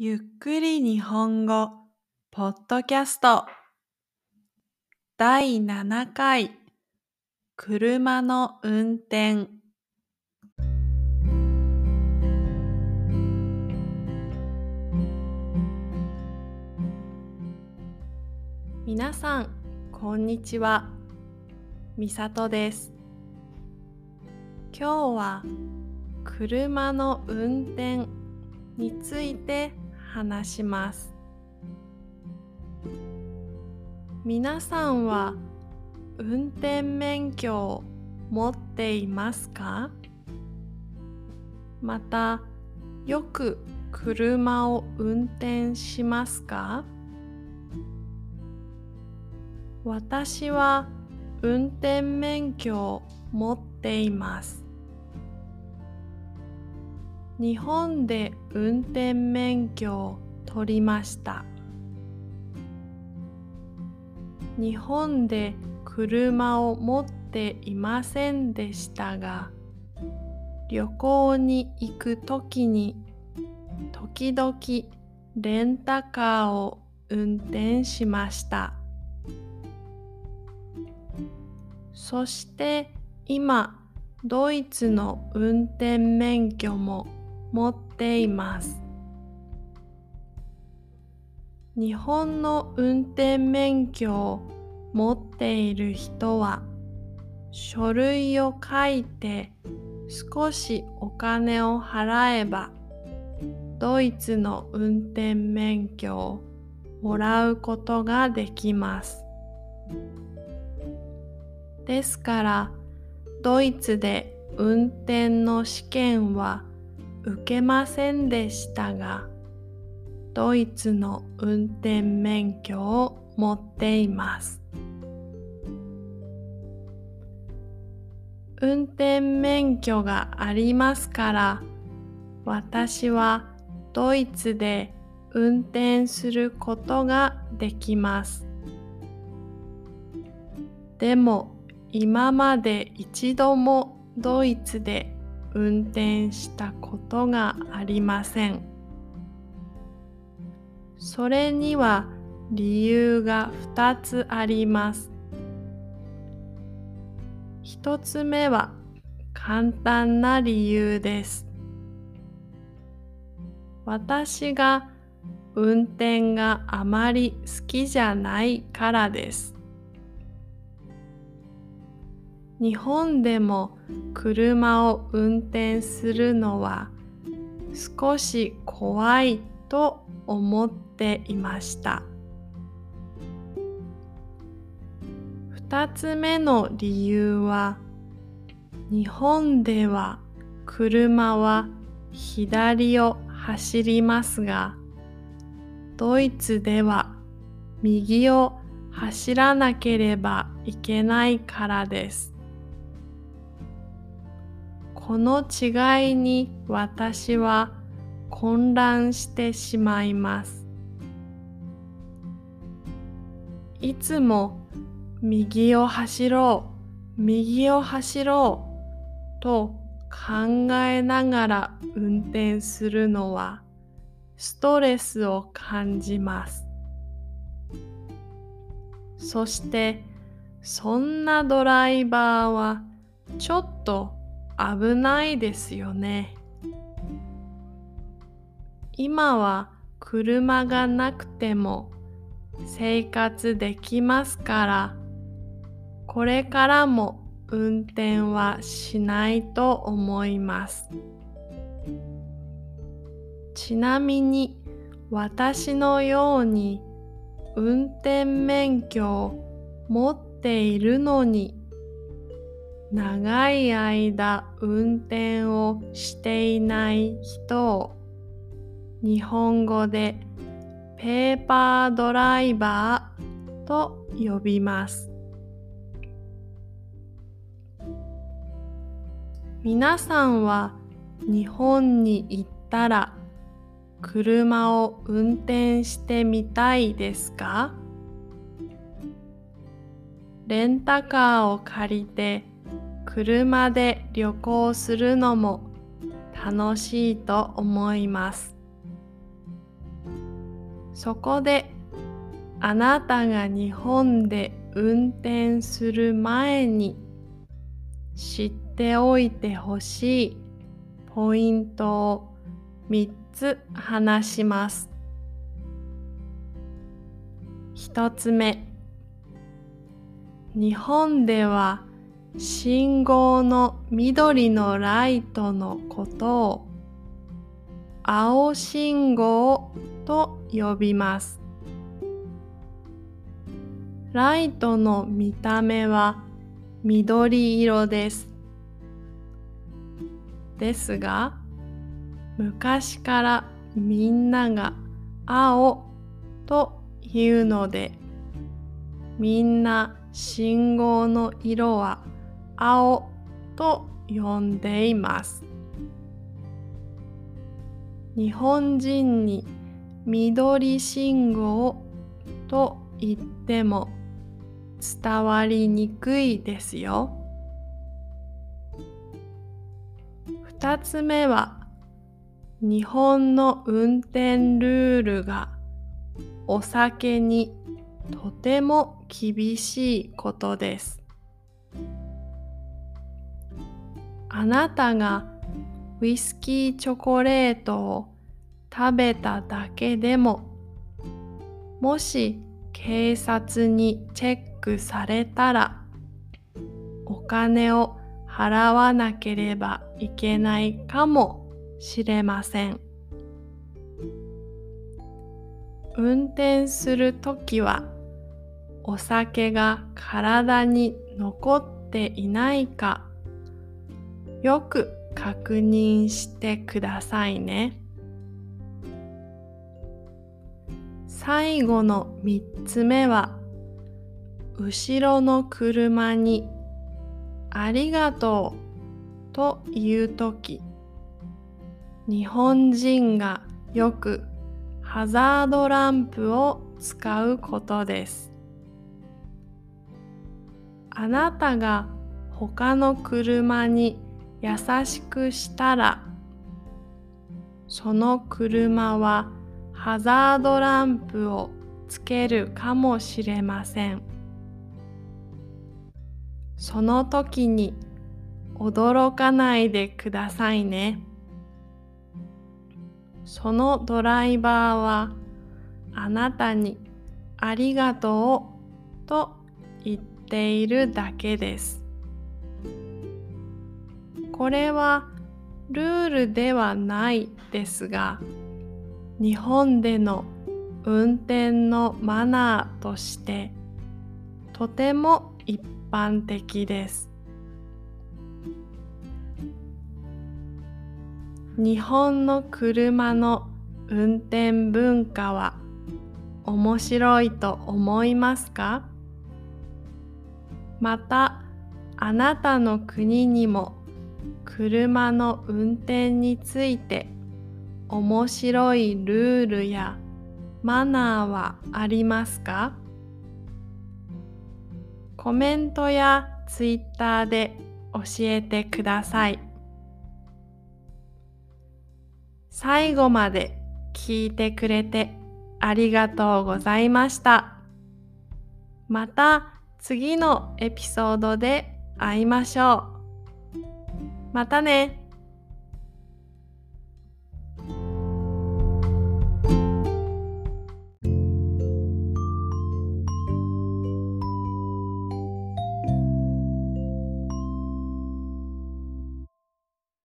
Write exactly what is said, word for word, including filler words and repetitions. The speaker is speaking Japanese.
ゆっくり日本語ポッドキャストだいななかい車の運転。みなさんこんにちは、みさとです。今日は車の運転について話します。みなさんは運転免許を持っていますか？また、よく車を運転しますか？私は運転免許を持っています。日本で運転免許を取りました。日本で車を持っていませんでしたが、旅行に行くときに時々レンタカーを運転しました。そして今、ドイツの運転免許も持っています。日本の運転免許を持っている人は、書類を書いて少しお金を払えば、ドイツの運転免許をもらうことができます。ですから、ドイツで運転の試験は受けませんでしたが、ドイツの運転免許を持っています。運転免許がありますから、私はドイツで運転することができます。でも、今まで一度もドイツで運転したことがありません。それには理由が二つあります。一つ目は簡単な理由です。私が運転があまり好きじゃないからです。日本でも車を運転するのは少し怖いと思っていました。二つ目の理由は、日本では車は左を走りますが、ドイツでは右を走らなければいけないからです。この違いに私は混乱してしまいます。いつも右を走ろう、右を走ろうと考えながら運転するのはストレスを感じます。そしてそんなドライバーはちょっと危ないですよね。今は車がなくても生活できますから、これからも運転はしないと思います。ちなみに私のように運転免許を持っているのに長い間運転をしていない人を日本語でペーパードライバーと呼びます。皆さんは日本に行ったら車を運転してみたいですか？レンタカーを借りて車で旅行するのも楽しいと思います。 そこであなたが日本で運転する前に知っておいてほしいポイントをみっつ話します。ひとつめ、日本では信号の緑のライトのことを青信号と呼びます。ライトの見た目は緑色です。ですが、昔からみんなが青と言うので、みんな信号の色は青と呼んでいます。日本人に緑信号と言っても伝わりにくいですよ。二つ目は、日本の運転ルールがお酒にとても厳しいことです。あなたがウイスキーチョコレートを食べただけでも、もし警察にチェックされたら、お金を払わなければいけないかもしれません。運転するときは、お酒が体に残っていないか、よく確認してくださいね。最後のみっつめは、後ろの車にありがとうというとき、日本人がよくハザードランプを使うことです。あなたが他の車に優しくしたら、その車はハザードランプをつけるかもしれません。その時に驚かないでくださいね。そのドライバーはあなたにありがとうと言っているだけです。これはルールではないですが、日本での運転のマナーとしてとても一般的です。日本の車の運転文化は面白いと思いますか？また、あなたの国にも車の運転について面白いルールやマナーはありますか？コメントやツイッターで教えてください。最後まで聞いてくれてありがとうございました。また次のエピソードで会いましょう。またね。